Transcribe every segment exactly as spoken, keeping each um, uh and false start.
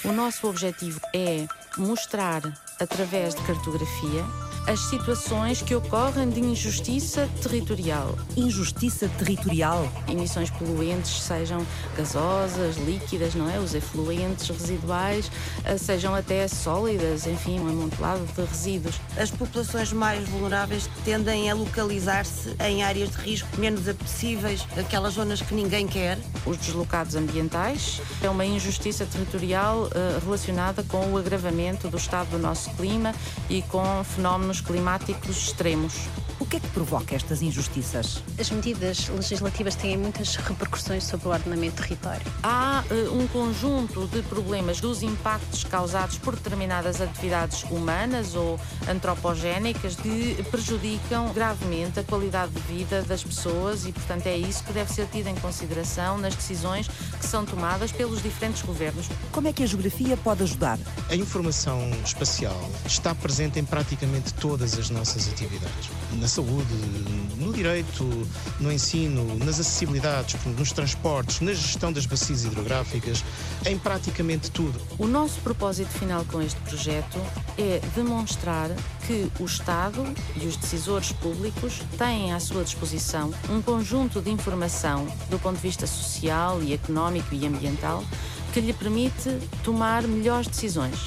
O nosso objetivo é mostrar, através de cartografia, as situações que ocorrem de injustiça territorial. Injustiça territorial? Emissões poluentes, sejam gasosas, líquidas, não é? Os efluentes residuais, sejam até sólidas, enfim, um amontoado de resíduos. As populações mais vulneráveis tendem a localizar-se em áreas de risco menos apetecíveis, aquelas zonas que ninguém quer. Os deslocados ambientais é uma injustiça territorial uh, relacionada com o agravamento do estado do nosso clima e com fenómenos climáticos extremos. O que é que provoca estas injustiças? As medidas legislativas têm muitas repercussões sobre o ordenamento do território. Há uh, um conjunto de problemas dos impactos causados por determinadas atividades humanas ou antropogénicas que prejudicam gravemente a qualidade de vida das pessoas e, portanto, é isso que deve ser tido em consideração nas decisões que são tomadas pelos diferentes governos. Como é que a geografia pode ajudar? A informação espacial está presente em praticamente todas as nossas atividades. Na saúde, no direito, no ensino, nas acessibilidades, nos transportes, na gestão das bacias hidrográficas, em praticamente tudo. O nosso propósito final com este projeto é demonstrar que o Estado e os decisores públicos têm à sua disposição um conjunto de informação do ponto de vista social e económico e ambiental que lhe permite tomar melhores decisões.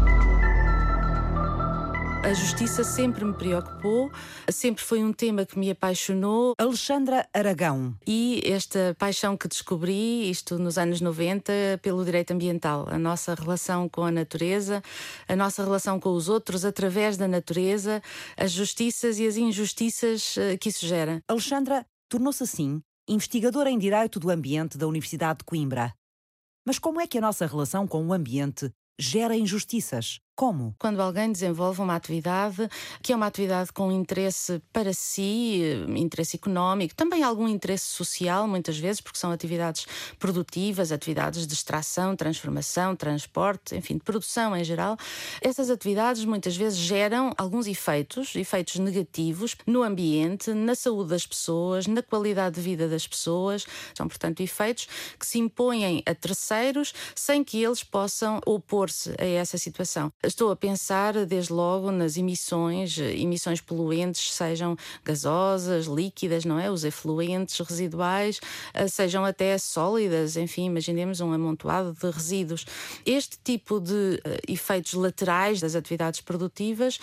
A justiça sempre me preocupou, sempre foi um tema que me apaixonou. Alexandra Aragão. E esta paixão que descobri, isto nos anos noventa, pelo direito ambiental. A nossa relação com a natureza, a nossa relação com os outros através da natureza, as justiças e as injustiças que isso gera. Alexandra tornou-se assim investigadora em Direito do Ambiente da Universidade de Coimbra. Mas como é que a nossa relação com o ambiente gera injustiças? Como? Quando alguém desenvolve uma atividade que é uma atividade com interesse para si, interesse económico, também algum interesse social, muitas vezes, porque são atividades produtivas, atividades de extração, transformação, transporte, enfim, de produção em geral, essas atividades muitas vezes geram alguns efeitos, efeitos negativos no ambiente, na saúde das pessoas, na qualidade de vida das pessoas. São, portanto, efeitos que se impõem a terceiros sem que eles possam opor-se a essa situação. Estou a pensar, desde logo, nas emissões, emissões poluentes, sejam gasosas, líquidas, não é? Os efluentes residuais, sejam até sólidas, enfim, imaginemos um amontoado de resíduos. Este tipo de efeitos laterais das atividades produtivas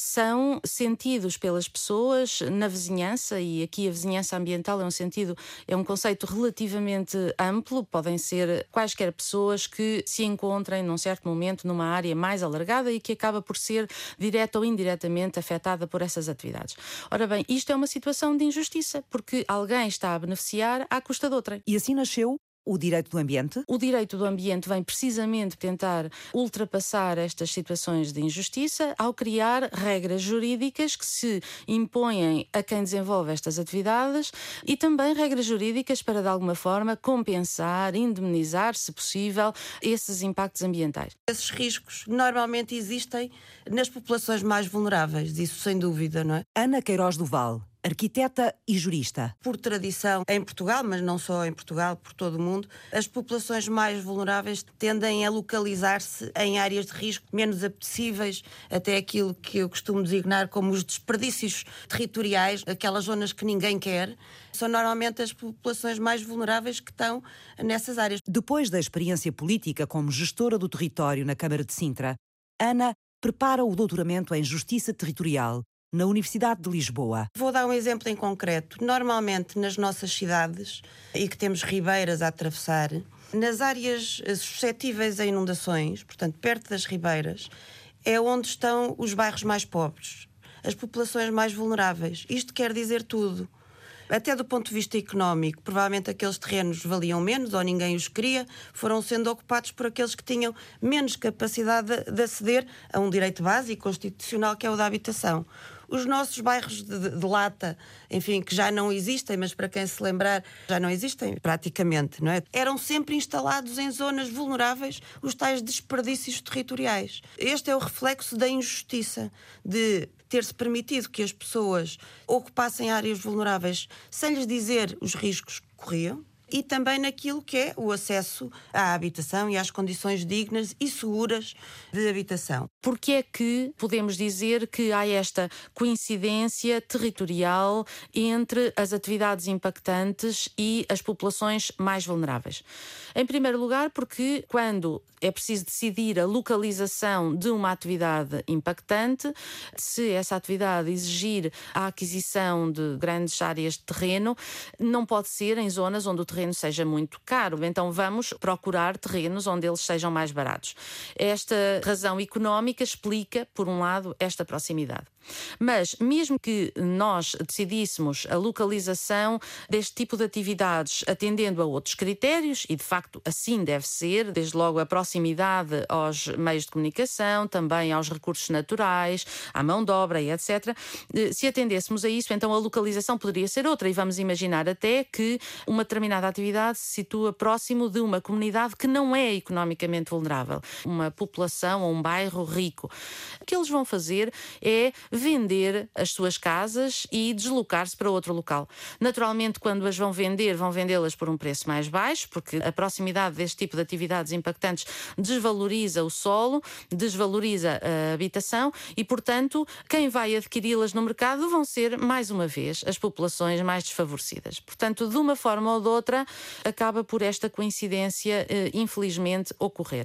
são sentidos pelas pessoas na vizinhança, e aqui a vizinhança ambiental é um sentido, é um conceito relativamente amplo, podem ser quaisquer pessoas que se encontrem num certo momento numa área mais alargada e que acaba por ser direta ou indiretamente afetada por essas atividades. Ora bem, isto é uma situação de injustiça, porque alguém está a beneficiar à custa de outrem. E assim nasceu o direito do ambiente? O direito do ambiente vem precisamente tentar ultrapassar estas situações de injustiça ao criar regras jurídicas que se impõem a quem desenvolve estas atividades e também regras jurídicas para, de alguma forma, compensar, indemnizar, se possível, esses impactos ambientais. Esses riscos normalmente existem nas populações mais vulneráveis, isso sem dúvida, não é? Ana Queiroz do Val, arquiteta e jurista. Por tradição, em Portugal, mas não só em Portugal, por todo o mundo, as populações mais vulneráveis tendem a localizar-se em áreas de risco menos apetecíveis, até aquilo que eu costumo designar como os desperdícios territoriais, aquelas zonas que ninguém quer. São normalmente as populações mais vulneráveis que estão nessas áreas. Depois da experiência política como gestora do território na Câmara de Sintra, Ana prepara o doutoramento em Justiça Territorial na Universidade de Lisboa. Vou dar um exemplo em concreto. Normalmente nas nossas cidades, e que temos ribeiras a atravessar, nas áreas suscetíveis a inundações, portanto perto das ribeiras, é onde estão os bairros mais pobres, as populações mais vulneráveis. Isto quer dizer tudo. Até do ponto de vista económico, provavelmente aqueles terrenos valiam menos ou ninguém os queria, foram sendo ocupados por aqueles que tinham menos capacidade de, de aceder a um direito básico constitucional que é o da habitação. Os nossos bairros de, de, de lata, enfim, que já não existem, mas para quem se lembrar, já não existem praticamente, não é? Eram sempre instalados em zonas vulneráveis, os tais desperdícios territoriais. Este é o reflexo da injustiça, de ter-se permitido que as pessoas ocupassem áreas vulneráveis sem lhes dizer os riscos que corriam. e também naquilo que é o acesso à habitação e às condições dignas e seguras de habitação. Porque é que podemos dizer que há esta coincidência territorial entre as atividades impactantes e as populações mais vulneráveis? Em primeiro lugar, porque quando é preciso decidir a localização de uma atividade impactante, se essa atividade exigir a aquisição de grandes áreas de terreno, não pode ser em zonas onde o terreno seja muito caro. Então vamos procurar terrenos onde eles sejam mais baratos. Esta razão económica explica, por um lado, esta proximidade. Mas, mesmo que nós decidíssemos a localização deste tipo de atividades atendendo a outros critérios, e de facto assim deve ser, desde logo a proximidade aos meios de comunicação, também aos recursos naturais, à mão de obra e etcétera, se atendêssemos a isso, então a localização poderia ser outra, e vamos imaginar até que uma determinada atividade se situa próximo de uma comunidade que não é economicamente vulnerável, uma população ou um bairro rico. O que eles vão fazer é vender as suas casas e deslocar-se para outro local. Naturalmente, quando as vão vender, vão vendê-las por um preço mais baixo, porque a proximidade deste tipo de atividades impactantes desvaloriza o solo, desvaloriza a habitação e, portanto, quem vai adquiri-las no mercado vão ser, mais uma vez, as populações mais desfavorecidas. Portanto, de uma forma ou de outra, acaba por esta coincidência, infelizmente, ocorrer.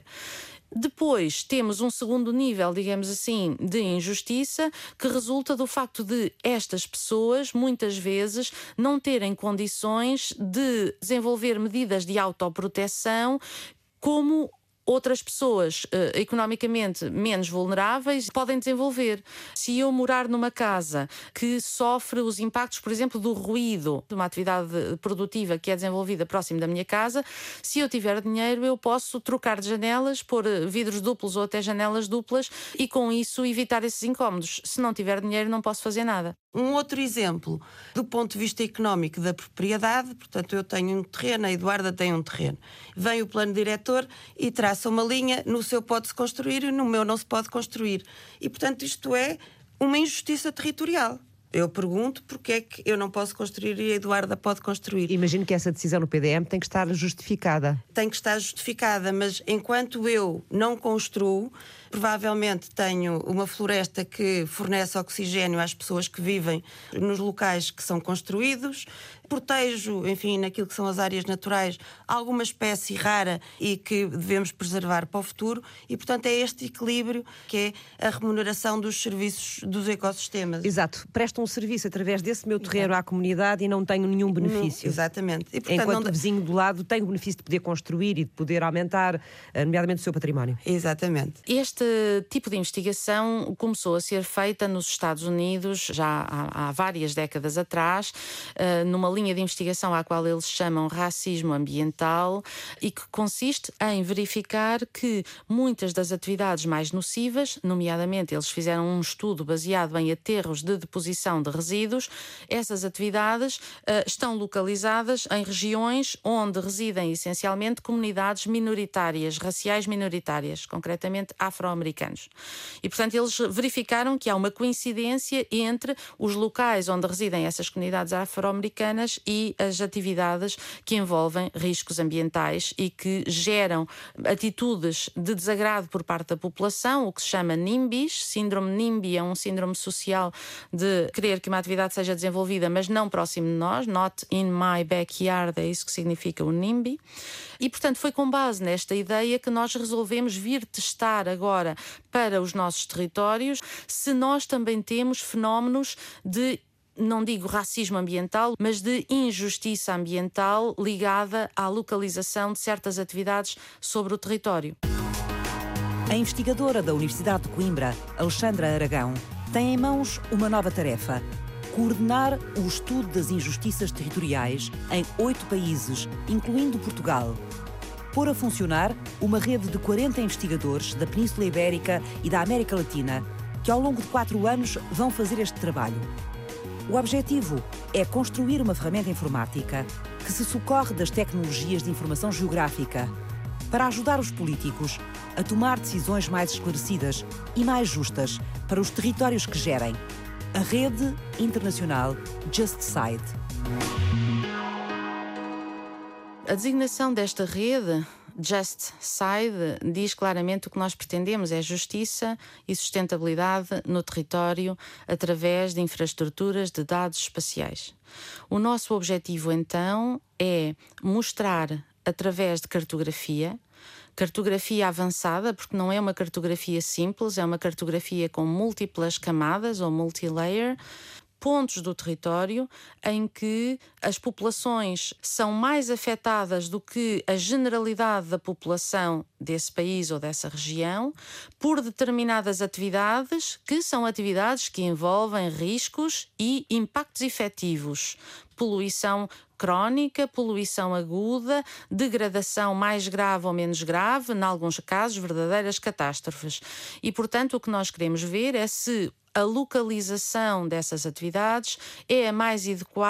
Depois temos um segundo nível, digamos assim, de injustiça que resulta do facto de estas pessoas, muitas vezes, não terem condições de desenvolver medidas de autoproteção como outras pessoas uh, economicamente menos vulneráveis podem desenvolver. Se eu morar numa casa que sofre os impactos, por exemplo, do ruído de uma atividade produtiva que é desenvolvida próximo da minha casa, se eu tiver dinheiro eu posso trocar de janelas, pôr vidros duplos ou até janelas duplas e com isso evitar esses incómodos. Se não tiver dinheiro não posso fazer nada. Um outro exemplo, do ponto de vista económico da propriedade, portanto eu tenho um terreno, a Eduarda tem um terreno. Vem o plano diretor e traça uma linha, no seu pode-se construir e no meu não se pode construir. E portanto isto é uma injustiça territorial. Eu pergunto porque é que eu não posso construir e a Eduarda pode construir. Imagino que essa decisão no P D M tem que estar justificada. Tem que estar justificada, mas enquanto eu não construo, provavelmente tenho uma floresta que fornece oxigênio às pessoas que vivem nos locais que são construídos, protejo, enfim, naquilo que são as áreas naturais, alguma espécie rara e que devemos preservar para o futuro e, portanto, é este equilíbrio que é a remuneração dos serviços dos ecossistemas. Exato. Presto um serviço através desse meu terreno Exato. À comunidade e não tenho nenhum benefício. Não, exatamente. E, portanto, enquanto não... o vizinho do lado tem o benefício de poder construir e de poder aumentar, nomeadamente, o seu património. Exatamente. Este tipo de investigação começou a ser feita nos Estados Unidos já há, há várias décadas atrás, uh, numa linha de investigação à qual eles chamam racismo ambiental e que consiste em verificar que muitas das atividades mais nocivas, nomeadamente eles fizeram um estudo baseado em aterros de deposição de resíduos, essas atividades uh, estão localizadas em regiões onde residem essencialmente comunidades minoritárias, raciais minoritárias, concretamente afro-americanos. E, portanto, eles verificaram que há uma coincidência entre os locais onde residem essas comunidades afro-americanas e as atividades que envolvem riscos ambientais e que geram atitudes de desagrado por parte da população, o que se chama NIMBYs. Síndrome NIMBY é um síndrome social de querer que uma atividade seja desenvolvida, mas não próximo de nós, not in my backyard, é isso que significa o NIMBY. E, portanto, foi com base nesta ideia que nós resolvemos vir testar agora para os nossos territórios se nós também temos fenómenos de, não digo racismo ambiental, mas de injustiça ambiental ligada à localização de certas atividades sobre o território. A investigadora da Universidade de Coimbra, Alexandra Aragão, tem em mãos uma nova tarefa: coordenar o estudo das injustiças territoriais em oito países, incluindo Portugal. Pôr a funcionar uma rede de quarenta investigadores da Península Ibérica e da América Latina, que ao longo de quatro anos vão fazer este trabalho. O objetivo é construir uma ferramenta informática que se socorre das tecnologias de informação geográfica para ajudar os políticos a tomar decisões mais esclarecidas e mais justas para os territórios que gerem. A rede internacional JustCite. A designação desta rede, Just Side, diz claramente o que nós pretendemos, é justiça e sustentabilidade no território através de infraestruturas de dados espaciais. O nosso objetivo, então, é mostrar, através de cartografia, cartografia avançada, porque não é uma cartografia simples, é uma cartografia com múltiplas camadas ou multilayer, pontos do território em que as populações são mais afetadas do que a generalidade da população desse país ou dessa região por determinadas atividades que são atividades que envolvem riscos e impactos efetivos. Poluição crónica, poluição aguda, degradação mais grave ou menos grave, em alguns casos verdadeiras catástrofes. E, portanto, o que nós queremos ver é se a localização dessas atividades é a mais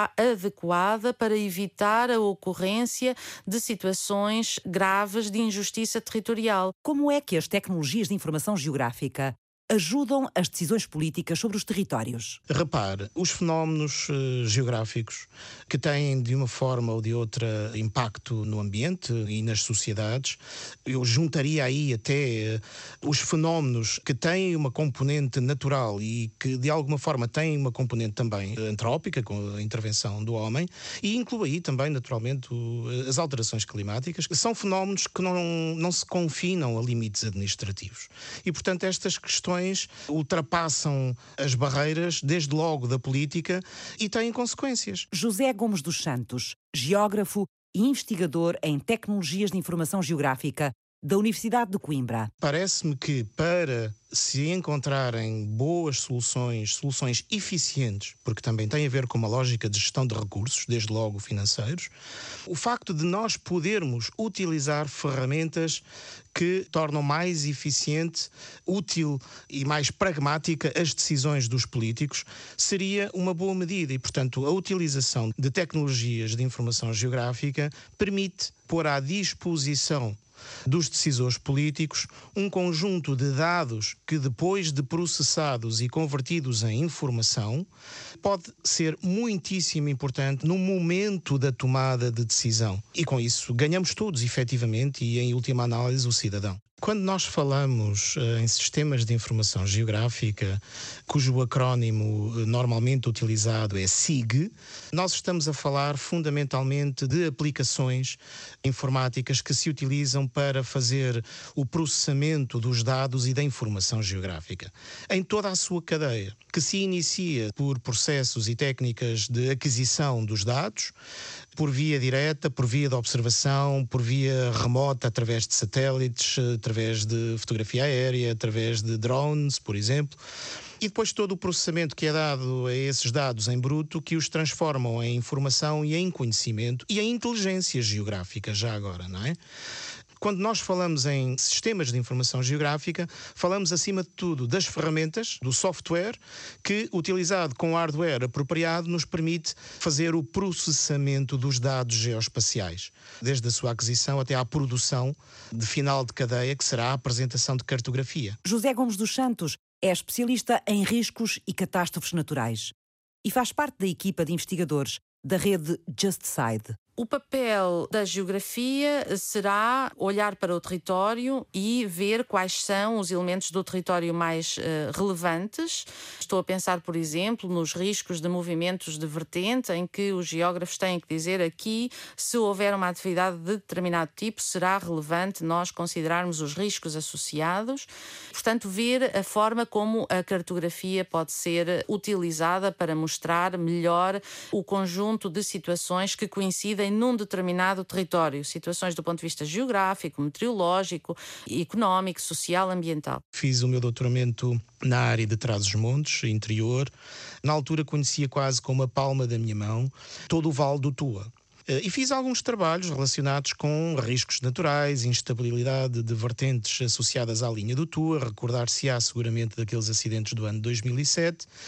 adequada para evitar a ocorrência de situações graves de injustiça territorial. Como é que as tecnologias de informação geográfica ajudam as decisões políticas sobre os territórios? Repare, os fenómenos uh, geográficos que têm de uma forma ou de outra impacto no ambiente e nas sociedades, eu juntaria aí até uh, os fenómenos que têm uma componente natural e que de alguma forma têm uma componente também antrópica, com a intervenção do homem, e incluo aí também naturalmente o, as alterações climáticas, que são fenómenos que não, não se confinam a limites administrativos. E portanto estas questões ultrapassam as barreiras, desde logo da política, e têm consequências. José Gomes dos Santos, geógrafo e investigador em tecnologias de informação geográfica da Universidade de Coimbra. Parece-me que para se encontrarem boas soluções, soluções eficientes, porque também tem a ver com uma lógica de gestão de recursos, desde logo financeiros, o facto de nós podermos utilizar ferramentas que tornam mais eficiente, útil e mais pragmática as decisões dos políticos seria uma boa medida e, portanto, a utilização de tecnologias de informação geográfica permite pôr à disposição dos decisores políticos um conjunto de dados que, depois de processados e convertidos em informação, pode ser muitíssimo importante no momento da tomada de decisão. E com isso ganhamos todos, efetivamente, e em última análise o cidadão. Quando nós falamos uh, em sistemas de informação geográfica, cujo acrónimo uh, normalmente utilizado é S I G, nós estamos a falar fundamentalmente de aplicações informáticas que se utilizam para fazer o processamento dos dados e da informação geográfica. Em toda a sua cadeia, que se inicia por processos e técnicas de aquisição dos dados, por via direta, por via de observação, por via remota, através de satélites, através de fotografia aérea, através de drones, por exemplo. E depois todo o processamento que é dado a esses dados em bruto, que os transformam em informação e em conhecimento e em inteligência geográfica, já agora, não é? Quando nós falamos em sistemas de informação geográfica, falamos acima de tudo das ferramentas, do software, que, utilizado com hardware apropriado, nos permite fazer o processamento dos dados geoespaciais, desde a sua aquisição até à produção de final de cadeia, que será a apresentação de cartografia. José Gomes dos Santos é especialista em riscos e catástrofes naturais e faz parte da equipa de investigadores da rede Just Side. O papel da geografia será olhar para o território e ver quais são os elementos do território mais uh, relevantes. Estou a pensar, por exemplo, nos riscos de movimentos de vertente, em que os geógrafos têm que dizer aqui se houver uma atividade de determinado tipo, será relevante nós considerarmos os riscos associados. Portanto, ver a forma como a cartografia pode ser utilizada para mostrar melhor o conjunto de situações que coincidem num determinado território, situações do ponto de vista geográfico, meteorológico, económico, social, ambiental. Fiz o meu doutoramento na área de Trás-os-Montes, interior. Na altura conhecia quase com uma palma da minha mão todo o Vale do Tua. E fiz alguns trabalhos relacionados com riscos naturais, instabilidade de vertentes associadas à linha do Tua, recordar-se-á seguramente daqueles acidentes do ano dois mil e sete.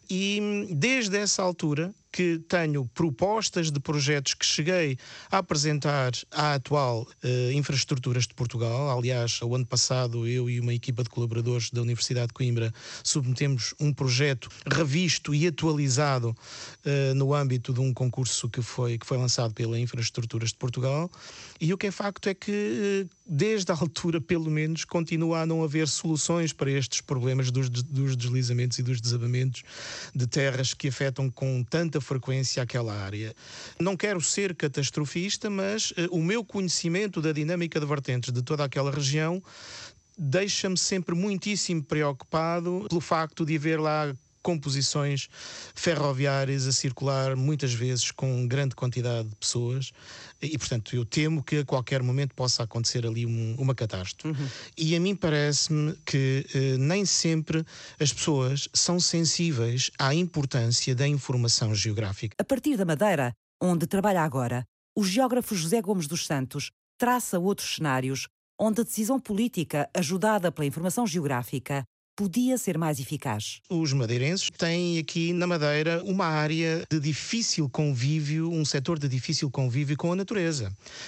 E desde essa altura que tenho propostas de projetos que cheguei a apresentar à atual uh, Infraestruturas de Portugal. Aliás, o ano passado eu e uma equipa de colaboradores da Universidade de Coimbra submetemos um projeto revisto e atualizado uh, no âmbito de um concurso que foi, que foi lançado pela Infraestruturas de Portugal. E o que é facto é que, uh, desde a altura, pelo menos, continua a não haver soluções para estes problemas dos, dos deslizamentos e dos desabamentos de terras que afetam com tanta frequência àquela área. Não quero ser catastrofista, mas uh, o meu conhecimento da dinâmica de vertentes de toda aquela região deixa-me sempre muitíssimo preocupado pelo facto de haver lá composições ferroviárias a circular muitas vezes com grande quantidade de pessoas e, portanto, eu temo que a qualquer momento possa acontecer ali um, uma catástrofe. Uhum. E a mim parece-me que eh, nem sempre as pessoas são sensíveis à importância da informação geográfica. A partir da Madeira, onde trabalha agora, o geógrafo José Gomes dos Santos traça outros cenários onde a decisão política, ajudada pela informação geográfica, podia ser mais eficaz. Os madeirenses têm aqui na Madeira uma área de difícil convívio, um setor de difícil convívio com a natureza.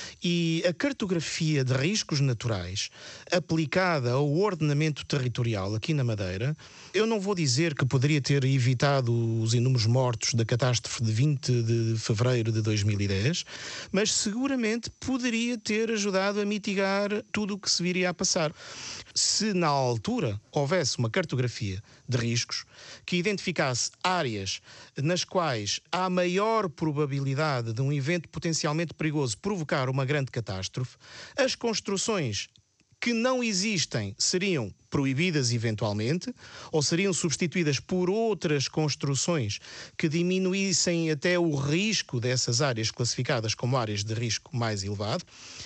E a cartografia de riscos naturais aplicada ao ordenamento territorial aqui na Madeira, eu não vou dizer que poderia ter evitado os inúmeros mortos da catástrofe de vinte de fevereiro de dois mil e dez, mas seguramente poderia ter ajudado a mitigar tudo o que se viria a passar. Se na altura houvesse uma cartografia de riscos que identificasse áreas nas quais há maior probabilidade de um evento potencialmente perigoso provocar uma grande catástrofe, as construções que não existem seriam proibidas eventualmente ou seriam substituídas por outras construções que diminuíssem até o risco dessas áreas classificadas como áreas de risco mais elevado.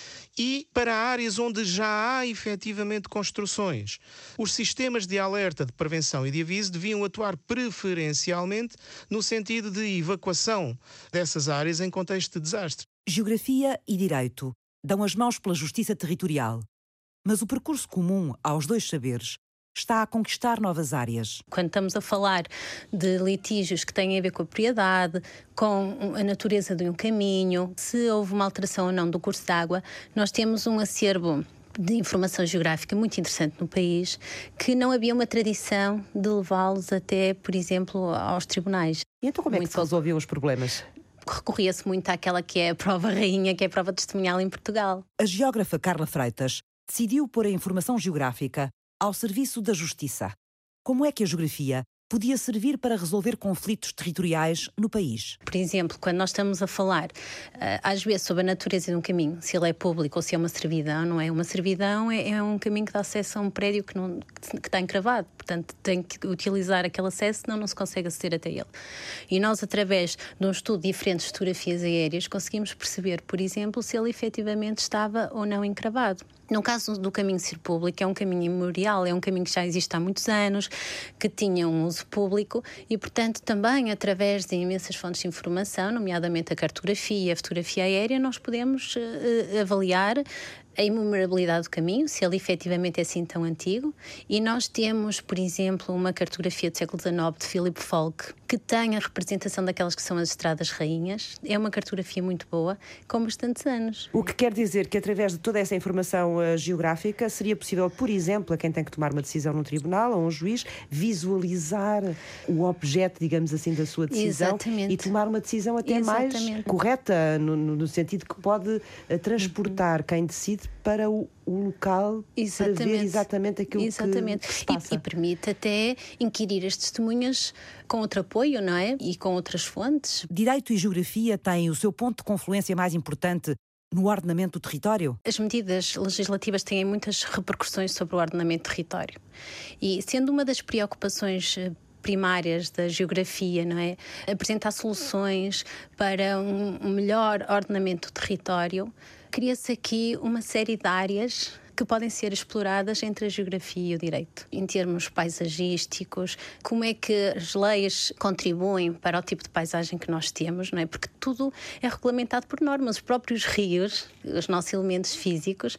E para áreas onde já há efetivamente construções, os sistemas de alerta, de prevenção e de aviso deviam atuar preferencialmente no sentido de evacuação dessas áreas em contexto de desastre. Geografia e direito dão as mãos pela justiça territorial, mas o percurso comum aos dois saberes está a conquistar novas áreas. Quando estamos a falar de litígios que têm a ver com a propriedade, com a natureza de um caminho, se houve uma alteração ou não do curso de água, nós temos um acervo de informação geográfica muito interessante no país, que não havia uma tradição de levá-los até, por exemplo, aos tribunais. E então como é muito que se resolviam os problemas? Recorria-se muito àquela que é a prova rainha, que é a prova testemunhal em Portugal. A geógrafa Carla Freitas decidiu pôr a informação geográfica ao serviço da justiça. Como é que a geografia podia servir para resolver conflitos territoriais no país? Por exemplo, quando nós estamos a falar, às vezes, sobre a natureza de um caminho, se ele é público ou se é uma servidão, não é? Uma servidão é, é um caminho que dá acesso a um prédio que, não, que está encravado, portanto tem que utilizar aquele acesso, senão não se consegue aceder até ele. E nós, através de um estudo de diferentes fotografias aéreas, conseguimos perceber, por exemplo, se ele efetivamente estava ou não encravado. No caso do caminho ser público, é um caminho imemorial, é um caminho que já existe há muitos anos, que tinha um uso público e, portanto, também através de imensas fontes de informação, nomeadamente a cartografia, a fotografia aérea, nós podemos uh, avaliar a imemorabilidade do caminho, se ele efetivamente é assim tão antigo. E nós temos, por exemplo, uma cartografia do século dezenove de Philip Falk, que tem a representação daquelas que são as estradas rainhas. É uma cartografia muito boa, com bastantes anos. O que quer dizer que, através de toda essa informação uh, geográfica, seria possível, por exemplo, a quem tem que tomar uma decisão num tribunal ou um juiz, visualizar o objeto, digamos assim, da sua decisão. Exatamente. E tomar uma decisão até Exatamente. mais correta, no, no sentido que pode uh, transportar uhum. quem decide para o, o local, exatamente. para ver exatamente aquilo exatamente. que se passa. E, e permite até inquirir as testemunhas com outro apoio, não é? E com outras fontes. Direito e geografia têm o seu ponto de confluência mais importante no ordenamento do território? As medidas legislativas têm muitas repercussões sobre o ordenamento do território. E sendo uma das preocupações primárias da geografia, não é? Apresentar soluções para um melhor ordenamento do território, cria-se aqui uma série de áreas que podem ser exploradas entre a geografia e o direito. Em termos paisagísticos, como é que as leis contribuem para o tipo de paisagem que nós temos, não é? Porque tudo é regulamentado por normas. Os próprios rios, os nossos elementos físicos,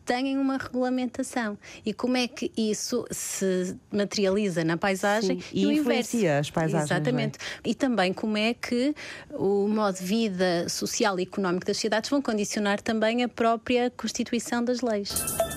têm uma regulamentação. E como é que isso se materializa na paisagem? Sim, e, e influencia as paisagens. Exatamente. E também como é que o modo de vida social e económico das cidades vão condicionar também a própria constituição das leis.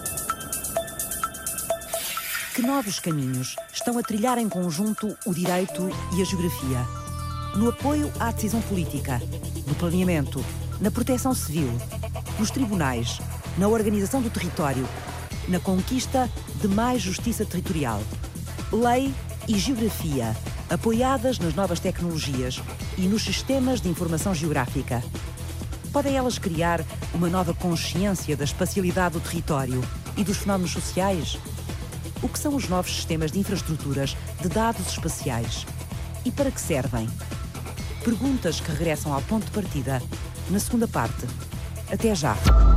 Que novos caminhos estão a trilhar em conjunto o direito e a geografia? No apoio à decisão política, no planeamento, na proteção civil, nos tribunais, na organização do território, na conquista de mais justiça territorial. Lei e geografia, apoiadas nas novas tecnologias e nos sistemas de informação geográfica. Podem elas criar uma nova consciência da espacialidade do território e dos fenómenos sociais? O que são os novos sistemas de infraestruturas de dados espaciais? E para que servem? Perguntas que regressam ao ponto de partida na segunda parte. Até já!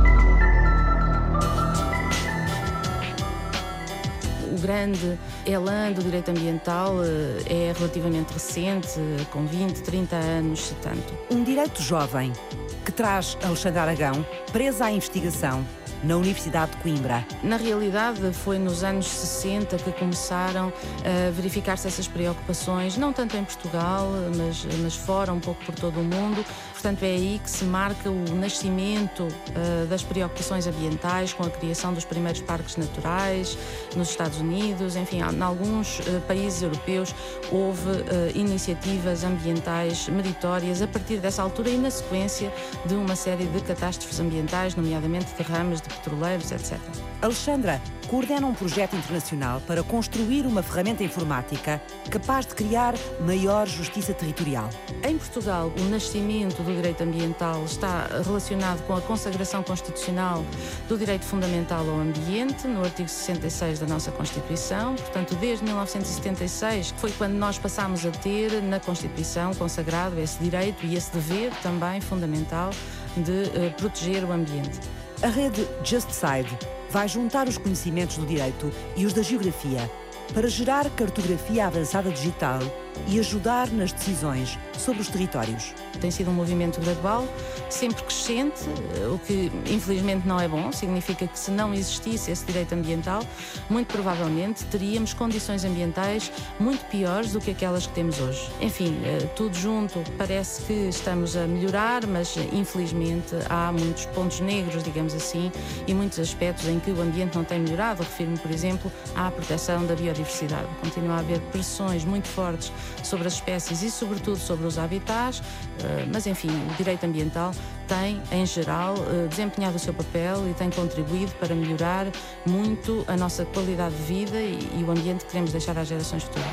O grande elan do direito ambiental é relativamente recente, com vinte, trinta anos, se tanto. Um direito jovem que traz Alexandra Aragão presa à investigação na Universidade de Coimbra. Na realidade, foi nos anos sessenta que começaram a verificar-se essas preocupações, não tanto em Portugal, mas, mas fora, um pouco por todo o mundo. Portanto, é aí que se marca o nascimento uh, das preocupações ambientais, com a criação dos primeiros parques naturais nos Estados Unidos. Enfim, em alguns uh, países europeus houve uh, iniciativas ambientais meritórias a partir dessa altura e na sequência de uma série de catástrofes ambientais, nomeadamente derrames de petroleiros, etcétera. Alexandra coordena um projeto internacional para construir uma ferramenta informática capaz de criar maior justiça territorial. Em Portugal, o nascimento do direito ambiental está relacionado com a consagração constitucional do direito fundamental ao ambiente, no artigo sessenta e seis da nossa Constituição. Portanto, desde mil novecentos e setenta e seis, que foi quando nós passámos a ter na Constituição consagrado esse direito e esse dever também fundamental de uh, proteger o ambiente. A rede JustSide vai juntar os conhecimentos do direito e os da geografia para gerar cartografia avançada digital e ajudar nas decisões sobre os territórios. Tem sido um movimento gradual, sempre crescente, o que infelizmente não é bom. Significa que se não existisse esse direito ambiental, muito provavelmente teríamos condições ambientais muito piores do que aquelas que temos hoje. Enfim, tudo junto parece que estamos a melhorar, mas infelizmente há muitos pontos negros, digamos assim, e muitos aspectos em que o ambiente não tem melhorado. Refiro-me, por exemplo, à proteção da biodiversidade. Continua a haver pressões muito fortes sobre as espécies e, sobretudo, sobre os habitats, mas, enfim, o direito ambiental tem, em geral, desempenhado o seu papel e tem contribuído para melhorar muito a nossa qualidade de vida e o ambiente que queremos deixar às gerações futuras.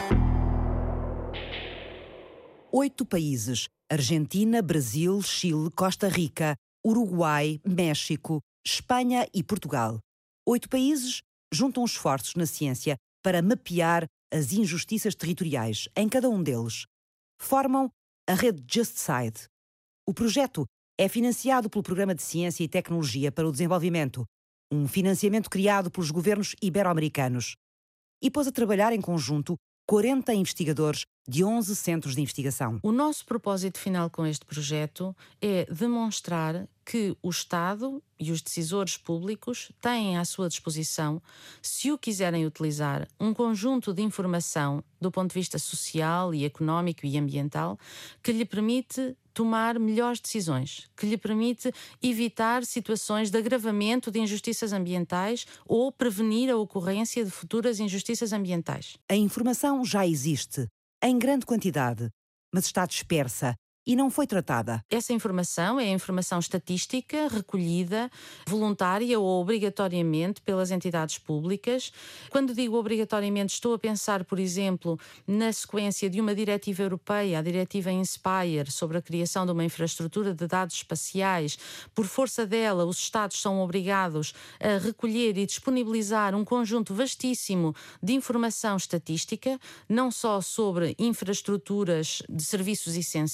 Oito países: Argentina, Brasil, Chile, Costa Rica, Uruguai, México, Espanha e Portugal. Oito países juntam esforços na ciência para mapear as injustiças territoriais em cada um deles. Formam a rede JustSide. O projeto é financiado pelo Programa de Ciência e Tecnologia para o Desenvolvimento, um financiamento criado pelos governos ibero-americanos, e pôs a trabalhar em conjunto quarenta investigadores de onze centros de investigação. O nosso propósito final com este projeto é demonstrar que o Estado e os decisores públicos têm à sua disposição, se o quiserem utilizar, um conjunto de informação do ponto de vista social e económico e ambiental que lhe permite tomar melhores decisões, que lhe permite evitar situações de agravamento de injustiças ambientais ou prevenir a ocorrência de futuras injustiças ambientais. A informação já existe, em grande quantidade, mas está dispersa e não foi tratada. Essa informação é a informação estatística recolhida voluntária ou obrigatoriamente pelas entidades públicas. Quando digo obrigatoriamente, estou a pensar, por exemplo, na sequência de uma diretiva europeia, a diretiva INSPIRE, sobre a criação de uma infraestrutura de dados espaciais. Por força dela, os Estados são obrigados a recolher e disponibilizar um conjunto vastíssimo de informação estatística, não só sobre infraestruturas de serviços essenciais,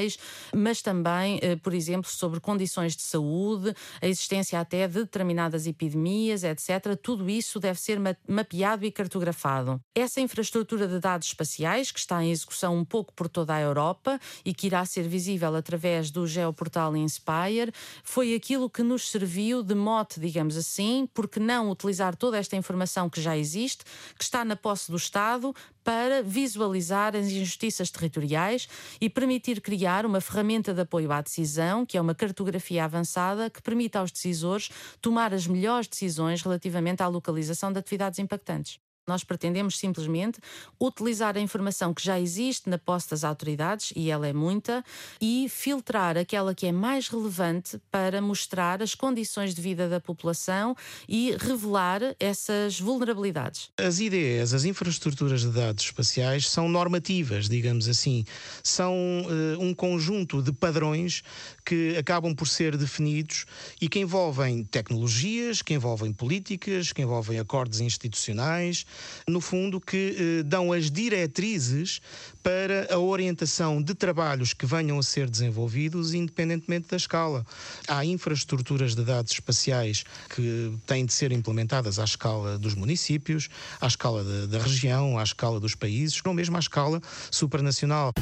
sociais, mas também, por exemplo, sobre condições de saúde, a existência até de determinadas epidemias, etcétera. Tudo isso deve ser mapeado e cartografado. Essa infraestrutura de dados espaciais, que está em execução um pouco por toda a Europa e que irá ser visível através do geoportal Inspire, foi aquilo que nos serviu de mote, digamos assim, porque não utilizar toda esta informação que já existe, que está na posse do Estado, para visualizar as injustiças territoriais e permitir criar uma ferramenta de apoio à decisão, que é uma cartografia avançada que permita aos decisores tomar as melhores decisões relativamente à localização de atividades impactantes. Nós pretendemos simplesmente utilizar a informação que já existe na posse das autoridades, e ela é muita, e filtrar aquela que é mais relevante para mostrar as condições de vida da população e revelar essas vulnerabilidades. As I D Es, as infraestruturas de dados espaciais, são normativas, digamos assim. São uh, um conjunto de padrões que acabam por ser definidos e que envolvem tecnologias, que envolvem políticas, que envolvem acordos institucionais, no fundo, que eh, dão as diretrizes para a orientação de trabalhos que venham a ser desenvolvidos, independentemente da escala. Há infraestruturas de dados espaciais que têm de ser implementadas à escala dos municípios, à escala de, da região, à escala dos países, ou mesmo à escala supranacional.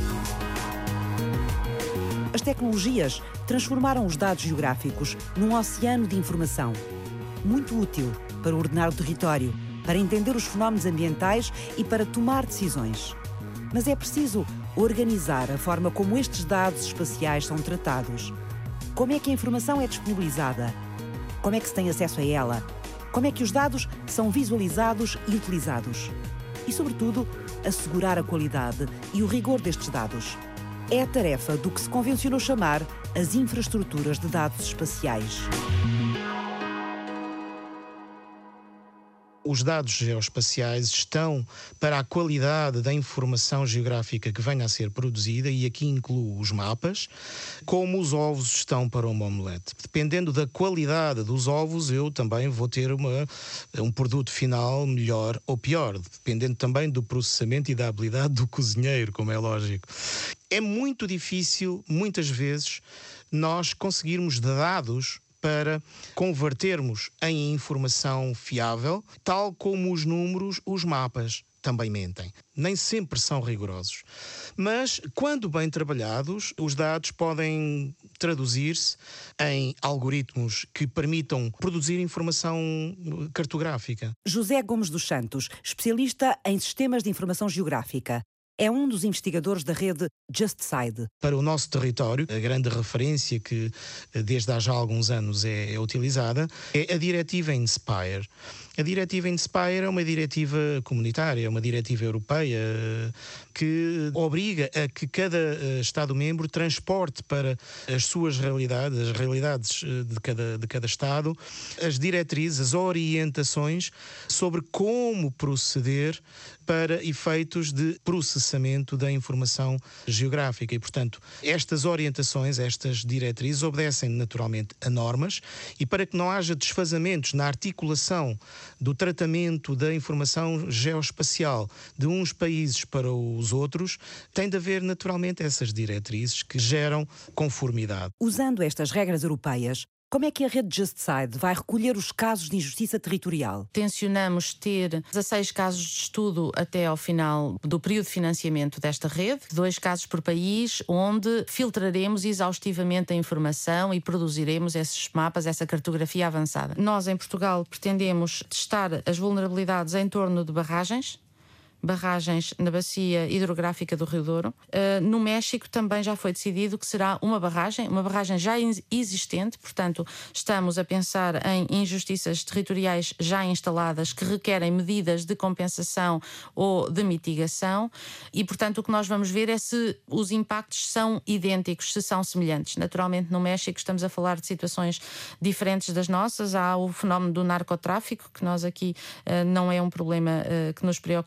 As tecnologias transformaram os dados geográficos num oceano de informação, muito útil para ordenar o território, para entender os fenómenos ambientais e para tomar decisões. Mas é preciso organizar a forma como estes dados espaciais são tratados. Como é que a informação é disponibilizada? Como é que se tem acesso a ela? Como é que os dados são visualizados e utilizados? E, sobretudo, assegurar a qualidade e o rigor destes dados. É a tarefa do que se convencionou chamar as infraestruturas de dados espaciais. Os dados geoespaciais estão para a qualidade da informação geográfica que venha a ser produzida, e aqui incluo os mapas, como os ovos estão para uma omelete. Dependendo da qualidade dos ovos, eu também vou ter uma, um produto final melhor ou pior, dependendo também do processamento e da habilidade do cozinheiro, como é lógico. É muito difícil, muitas vezes, nós conseguirmos dados para convertermos em informação fiável, tal como os números, os mapas também mentem. Nem sempre são rigorosos. Mas, quando bem trabalhados, os dados podem traduzir-se em algoritmos que permitam produzir informação cartográfica. José Gomes dos Santos, especialista em sistemas de informação geográfica, é um dos investigadores da rede JustSide. Para o nosso território, a grande referência que desde há já alguns anos é, é utilizada é a diretiva Inspire. A diretiva Inspire é uma diretiva comunitária, é uma diretiva europeia que obriga a que cada Estado-membro transporte para as suas realidades, as realidades de cada, de cada Estado, as diretrizes, as orientações sobre como proceder para efeitos de processamento da informação geográfica. E, portanto, estas orientações, estas diretrizes, obedecem naturalmente a normas, e para que não haja desfazamentos na articulação do tratamento da informação geoespacial de uns países para os outros, tem de haver naturalmente essas diretrizes que geram conformidade. Usando estas regras europeias, como é que a rede JustSide vai recolher os casos de injustiça territorial? Tencionamos ter dezasseis casos de estudo até ao final do período de financiamento desta rede, dois casos por país, onde filtraremos exaustivamente a informação e produziremos esses mapas, essa cartografia avançada. Nós, em Portugal, pretendemos testar as vulnerabilidades em torno de barragens, barragens na bacia hidrográfica do Rio Douro. Uh, no México também já foi decidido que será uma barragem, uma barragem já existente, portanto estamos a pensar em injustiças territoriais já instaladas que requerem medidas de compensação ou de mitigação, e portanto o que nós vamos ver é se os impactos são idênticos, se são semelhantes. Naturalmente no México estamos a falar de situações diferentes das nossas. Há o fenómeno do narcotráfico, que nós aqui uh, não é um problema uh, que nos preocupe relativamente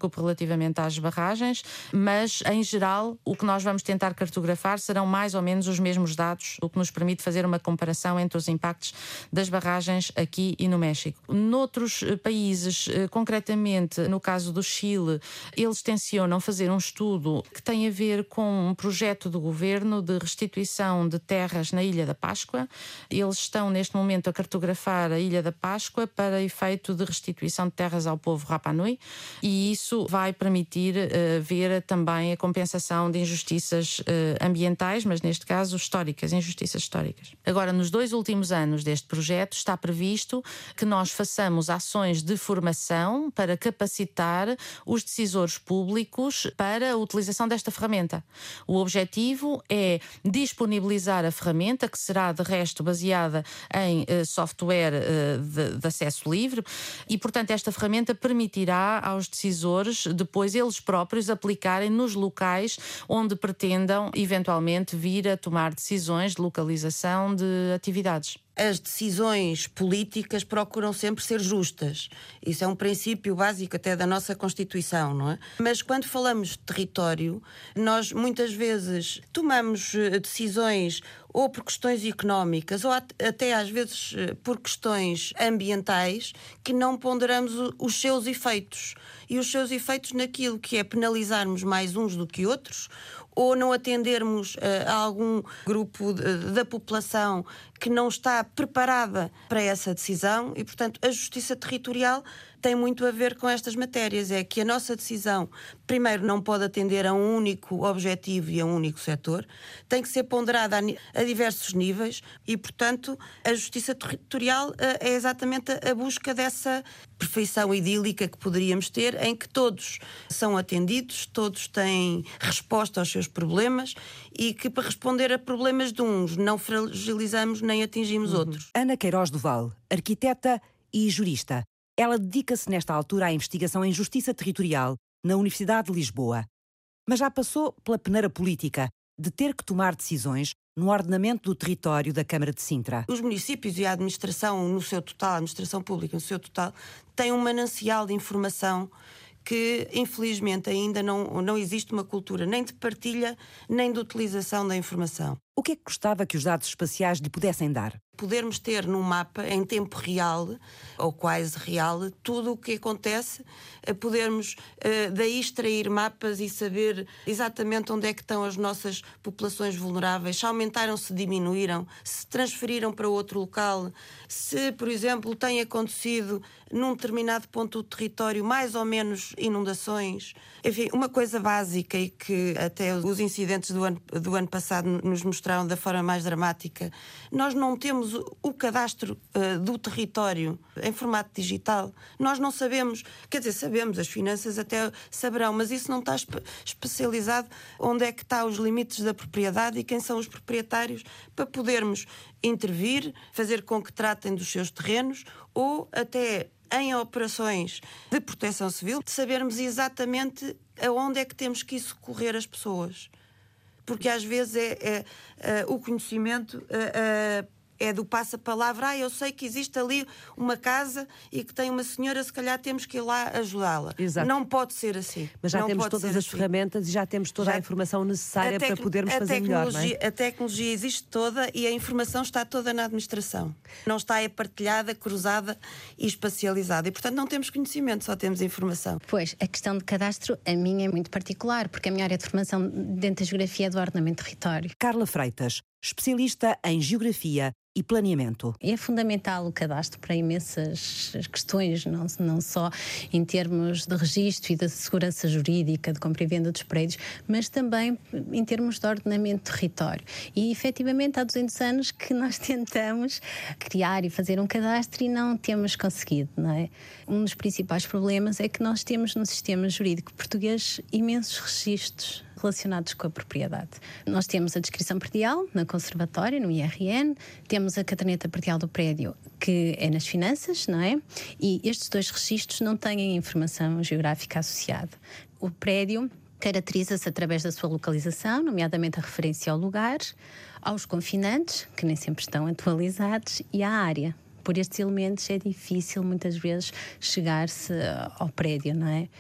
relativamente às barragens, mas, em geral, o que nós vamos tentar cartografar serão mais ou menos os mesmos dados, o que nos permite fazer uma comparação entre os impactos das barragens aqui e no México. Noutros países, concretamente no caso do Chile, eles tencionam fazer um estudo que tem a ver com um projeto do governo de restituição de terras na Ilha da Páscoa. Eles estão neste momento a cartografar a Ilha da Páscoa para efeito de restituição de terras ao povo Rapa Nui, e isso vai permitir uh, ver também a compensação de injustiças uh, ambientais, mas neste caso históricas, injustiças históricas. Agora, nos dois últimos anos deste projeto está previsto que nós façamos ações de formação para capacitar os decisores públicos para a utilização desta ferramenta. O objetivo é disponibilizar a ferramenta, que será de resto baseada em uh, software uh, de, de acesso livre, e portanto esta ferramenta permitirá aos decisores depois eles próprios aplicarem nos locais onde pretendam eventualmente vir a tomar decisões de localização de atividades. As decisões políticas procuram sempre ser justas. Isso é um princípio básico até da nossa Constituição, não é? Mas quando falamos de território, nós muitas vezes tomamos decisões ou por questões económicas ou até às vezes por questões ambientais que não ponderamos os seus efeitos. E os seus efeitos naquilo que é penalizarmos mais uns do que outros, ou não atendermos uh, a algum grupo de, da população que não está preparada para essa decisão. E, portanto, a justiça territorial tem muito a ver com estas matérias. É que a nossa decisão, primeiro, não pode atender a um único objetivo e a um único setor, tem que ser ponderada a, a diversos níveis e, portanto, a justiça territorial uh, é exatamente a, a busca dessa perfeição idílica que poderíamos ter, em que todos são atendidos, todos têm resposta aos seus problemas e que, para responder a problemas de uns, não fragilizamos nem atingimos uhum. outros. Ana Queiroz Duval, arquiteta e jurista. Ela dedica-se nesta altura à investigação em justiça territorial na Universidade de Lisboa. Mas já passou pela peneira política de ter que tomar decisões no ordenamento do território da Câmara de Sintra. Os municípios e a administração no seu total, a administração pública no seu total, têm um manancial de informação que, infelizmente, ainda não, não existe uma cultura nem de partilha, nem de utilização da informação. O que é que gostava que os dados espaciais lhe pudessem dar? Podermos ter num mapa, em tempo real, ou quase real, tudo o que acontece, podermos uh, daí extrair mapas e saber exatamente onde é que estão as nossas populações vulneráveis, se aumentaram, se diminuíram, se transferiram para outro local, se, por exemplo, tem acontecido num determinado ponto do território mais ou menos inundações. Enfim, uma coisa básica e que até os incidentes do ano, do ano passado nos mostraram da forma mais dramática. Nós não temos o cadastro uh, do território em formato digital. Nós não sabemos, quer dizer, sabemos, as finanças até saberão, mas isso não está espe- especializado onde é que estão os limites da propriedade e quem são os proprietários para podermos intervir, fazer com que tratem dos seus terrenos ou até em operações de proteção civil, de sabermos exatamente aonde é que temos que ir socorrer as pessoas. Porque às vezes é, é, é o conhecimento é, é do passa-palavra. Ah, eu sei que existe ali uma casa e que tem uma senhora, se calhar temos que ir lá ajudá-la. Exato. Não pode ser assim. Mas já não temos todas as assim. ferramentas e já temos toda já, a informação necessária para podermos fazer melhor, não é? A tecnologia existe toda e a informação está toda na administração. Não está é partilhada, cruzada e espacializada. E, portanto, não temos conhecimento, só temos informação. Pois, a questão de cadastro, a minha é muito particular, porque a minha área de formação dentro da geografia é do ordenamento do território. Carla Freitas, especialista em geografia e planeamento. É fundamental o cadastro para imensas questões, não, não só em termos de registro e de segurança jurídica, de compra e venda dos prédios, mas também em termos de ordenamento de território. E, efetivamente, há duzentos anos que nós tentamos criar e fazer um cadastro e não temos conseguido, não é? Um dos principais problemas é que nós temos no sistema jurídico português imensos registros relacionados com a propriedade. Nós temos a descrição predial na conservatória, no I R N, temos a caderneta predial do prédio, que é nas finanças, não é? E estes dois registros não têm informação geográfica associada. O prédio caracteriza-se através da sua localização, nomeadamente a referência ao lugar, aos confinantes, que nem sempre estão atualizados, e à área. Por estes elementos é difícil, muitas vezes, chegar-se ao prédio, não é?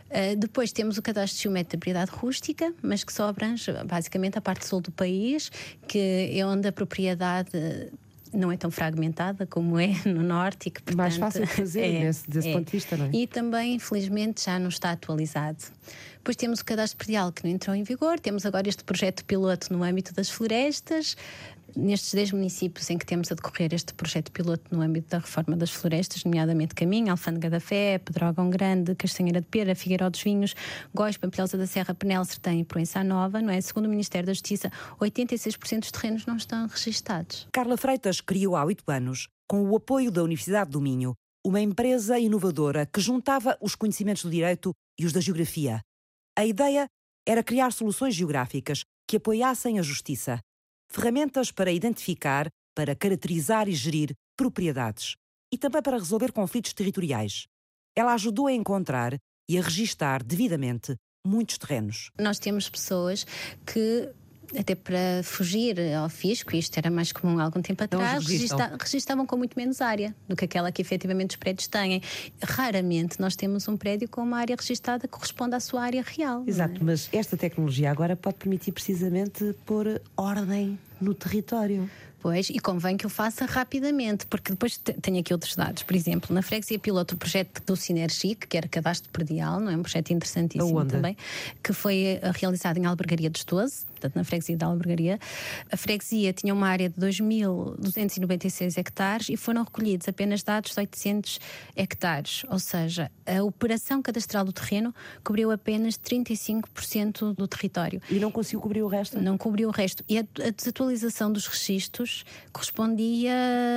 Uh, depois temos o cadastro de ciumento da propriedade rústica, mas que só abrange basicamente a parte sul do país, que é onde a propriedade não é tão fragmentada como é no norte. E que, portanto, mais fácil de fazer é, desse, desse é. ponto de vista, não é? E também, infelizmente, já não está atualizado. Depois temos o cadastro predial que não entrou em vigor, temos agora este projeto piloto no âmbito das florestas. Nestes dez municípios em que temos a decorrer este projeto piloto no âmbito da reforma das florestas, nomeadamente Caminho, Alfândega da Fé, Pedrógão Grande, Castanheira de Pera, Figueiró dos Vinhos, Góis, Pampilhosa da Serra, Penel, Sertém e Proença Nova, não é? Segundo o Ministério da Justiça, oitenta e seis por cento dos terrenos não estão registados. Carla Freitas criou há oito anos, com o apoio da Universidade do Minho, uma empresa inovadora que juntava os conhecimentos do direito e os da geografia. A ideia era criar soluções geográficas que apoiassem a justiça. Ferramentas para identificar, para caracterizar e gerir propriedades e também para resolver conflitos territoriais. Ela ajudou a encontrar e a registar devidamente muitos terrenos. Nós temos pessoas que, até para fugir ao fisco, isto era mais comum há algum tempo atrás, regista- registavam com muito menos área do que aquela que efetivamente os prédios têm. Raramente nós temos um prédio com uma área registada que corresponde à sua área real. Exato, é? Mas esta tecnologia agora pode permitir precisamente pôr ordem no território. Pois, e convém que eu faça rapidamente, porque depois tenho aqui outros dados. Por exemplo, na freguesia piloto, o projeto do Sinergic, que era cadastro predial, não é? Um projeto interessantíssimo Aonde? também, que foi realizado em Albergaria dos Doze, portanto, na freguesia da Albergaria. A freguesia tinha uma área de dois mil duzentos e noventa e seis hectares e foram recolhidos apenas dados de oitocentos hectares. Ou seja, a operação cadastral do terreno cobriu apenas trinta e cinco por cento do território. E não conseguiu cobrir o resto? Não cobriu o resto. E a, a desatualização dos registros correspondia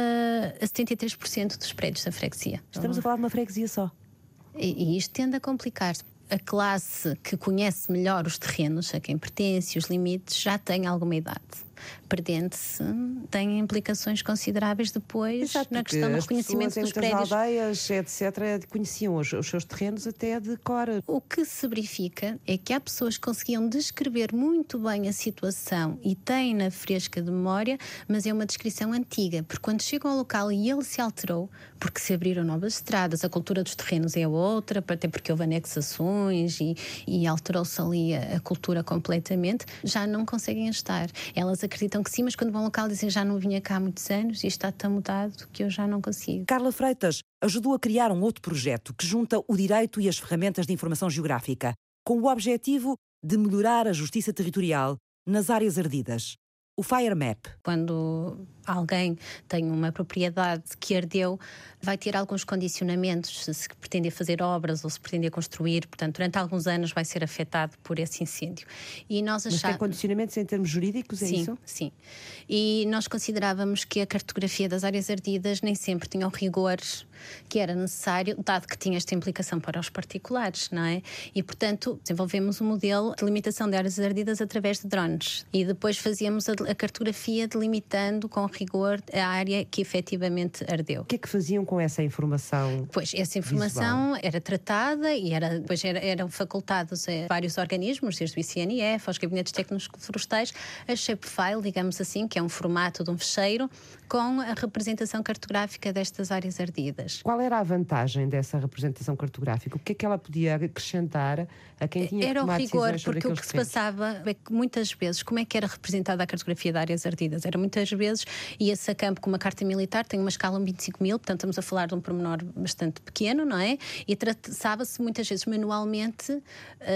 a setenta e três por cento dos prédios da freguesia. Estamos a falar de uma freguesia só. E, e isto tende a complicar. A classe que conhece melhor os terrenos a quem pertence e os limites já tem alguma idade. Perdendo-se, tem implicações consideráveis depois. Exato, na questão do reconhecimento dos prédios. As aldeias, etcétera, conheciam os, os seus terrenos até de cor. O que se verifica é que há pessoas que conseguiam descrever muito bem a situação e têm na fresca de memória, mas é uma descrição antiga, porque quando chegam ao local e ele se alterou, porque se abriram novas estradas, a cultura dos terrenos é outra, até porque houve anexações e, e alterou-se ali a, a cultura completamente, já não conseguem estar. Elas acreditam que sim, mas quando vão ao local dizem já não vinha cá há muitos anos e está tão mudado que eu já não consigo. Carla Freitas ajudou a criar um outro projeto que junta o direito e as ferramentas de informação geográfica, com o objetivo de melhorar a justiça territorial nas áreas ardidas. O Fire Map. Quando alguém tem uma propriedade que ardeu, vai ter alguns condicionamentos, se pretender fazer obras ou se pretender construir, portanto, durante alguns anos vai ser afetado por esse incêndio. E nós achávamos... Mas tem condicionamentos em termos jurídicos, é sim, isso? Sim, e nós considerávamos que a cartografia das áreas ardidas nem sempre tinha o rigor que era necessário, dado que tinha esta implicação para os particulares, não é? E, portanto, desenvolvemos um modelo de limitação de áreas ardidas através de drones. E depois fazíamos a, a cartografia delimitando com rigor a área que efetivamente ardeu. O que é que faziam com essa informação? Pois, essa informação visual? Era tratada e era, depois era, eram facultados a vários organismos, desde o I C N F, aos gabinetes técnicos florestais, a shapefile, digamos assim, que é um formato de um fecheiro, com a representação cartográfica destas áreas ardidas. Qual era a vantagem dessa representação cartográfica? O que é que ela podia acrescentar a quem tinha era que tomar rigor, decisões sobre porque o que terrenos? se passava é que muitas vezes, como é que era representada a cartografia de áreas ardidas? Era muitas vezes, ia-se a campo com uma carta militar, tem uma escala de vinte e cinco mil, portanto estamos a falar de um pormenor bastante pequeno, não é? E traçava-se muitas vezes manualmente uh,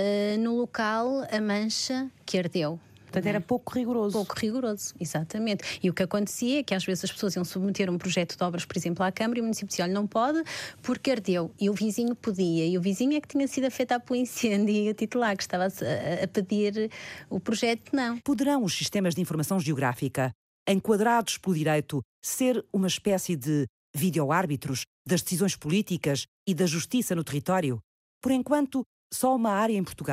no local a mancha que ardeu. Portanto, era pouco rigoroso. Pouco rigoroso, exatamente. E o que acontecia é que às vezes as pessoas iam submeter um projeto de obras, por exemplo, à Câmara, e o município dizia, olha, não pode porque ardeu. E o vizinho podia. E o vizinho é que tinha sido afetado pelo incêndio e o titular que estava a, a pedir o projeto, não. Poderão os sistemas de informação geográfica, enquadrados pelo direito, ser uma espécie de videoárbitros das decisões políticas e da justiça no território? Por enquanto, só uma área em Portugal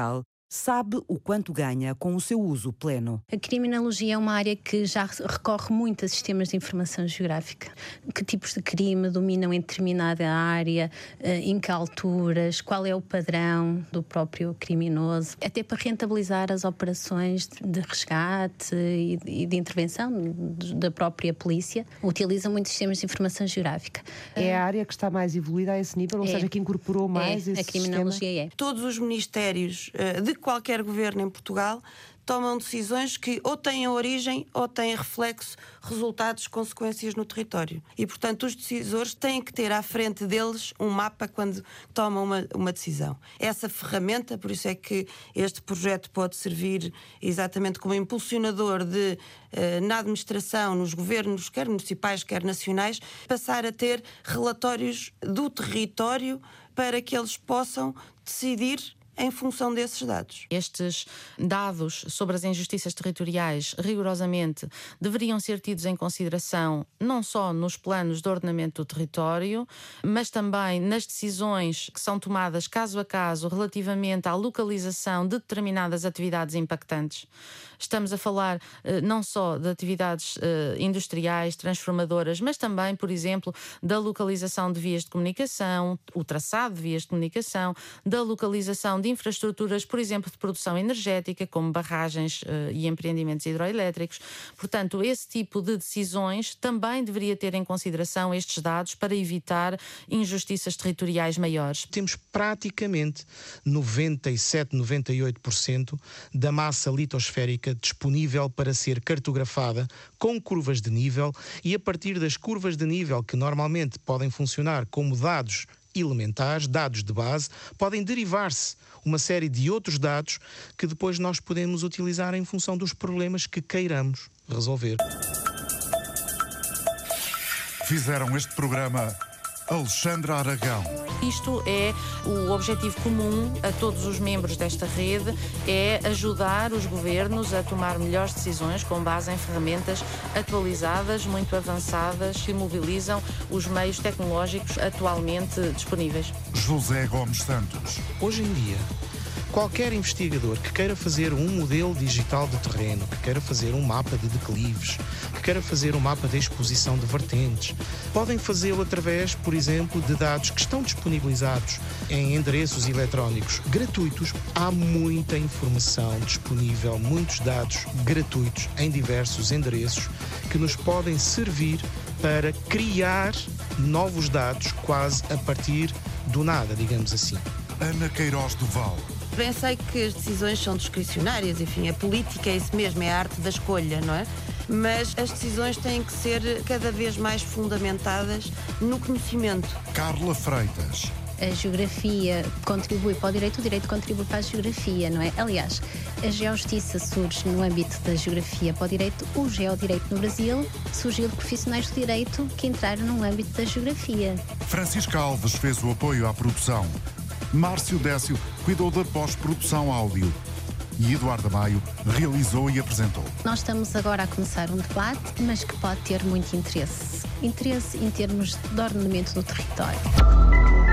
sabe o quanto ganha com o seu uso pleno. A criminologia é uma área que já recorre muito a sistemas de informação geográfica. Que tipos de crime dominam em determinada área, em que alturas, qual é o padrão do próprio criminoso, até para rentabilizar as operações de resgate e de intervenção da própria polícia. Utiliza muitos sistemas de informação geográfica. É a área que está mais evoluída a esse nível, ou é. seja, que incorporou mais é. esse A criminologia sistema? é. Todos os ministérios de qualquer governo em Portugal tomam decisões que ou têm origem ou têm reflexo, resultados, consequências no território. E, portanto, os decisores têm que ter à frente deles um mapa quando tomam uma, uma decisão. Essa ferramenta, por isso é que este projeto pode servir exatamente como impulsionador de, eh, na administração, nos governos, quer municipais, quer nacionais, passar a ter relatórios do território para que eles possam decidir em função desses dados. Estes dados sobre as injustiças territoriais, rigorosamente, deveriam ser tidos em consideração não só nos planos de ordenamento do território, mas também nas decisões que são tomadas caso a caso relativamente à localização de determinadas atividades impactantes. Estamos a falar eh, não só de atividades eh, industriais, transformadoras, mas também, por exemplo, da localização de vias de comunicação, o traçado de vias de comunicação, da localização de infraestruturas, por exemplo, de produção energética, como barragens uh, e empreendimentos hidroelétricos. Portanto, esse tipo de decisões também deveria ter em consideração estes dados para evitar injustiças territoriais maiores. Temos praticamente noventa e sete, noventa e oito por cento da massa litosférica disponível para ser cartografada com curvas de nível, e a partir das curvas de nível, que normalmente podem funcionar como dados elementares, dados de base, podem derivar-se uma série de outros dados que depois nós podemos utilizar em função dos problemas que queiramos resolver. Fizeram este programa Alexandra Aragão. Isto é o objetivo comum a todos os membros desta rede, é ajudar os governos a tomar melhores decisões com base em ferramentas atualizadas, muito avançadas, que mobilizam os meios tecnológicos atualmente disponíveis. José Gomes Santos. Hoje em dia, qualquer investigador que queira fazer um modelo digital de terreno, que queira fazer um mapa de declives, que queira fazer um mapa de exposição de vertentes, podem fazê-lo através, por exemplo, de dados que estão disponibilizados em endereços eletrónicos gratuitos. Há muita informação disponível, muitos dados gratuitos em diversos endereços que nos podem servir para criar novos dados quase a partir do nada, digamos assim. Ana Queiroz do Val. Bem, sei que as decisões são discricionárias, enfim, a política é isso mesmo, é a arte da escolha, não é? Mas as decisões têm que ser cada vez mais fundamentadas no conhecimento. Carla Freitas. A geografia contribui para o direito, o direito contribui para a geografia, não é? Aliás, a geojustiça surge no âmbito da geografia para o direito, o geodireito no Brasil surgiu de profissionais do direito que entraram no âmbito da geografia. Francisca Alves fez o apoio à produção. Márcio Décio cuidou da pós-produção áudio. E Eduardo Maio realizou e apresentou. Nós estamos agora a começar um debate, mas que pode ter muito interesse. Interesse em termos de ordenamento do território.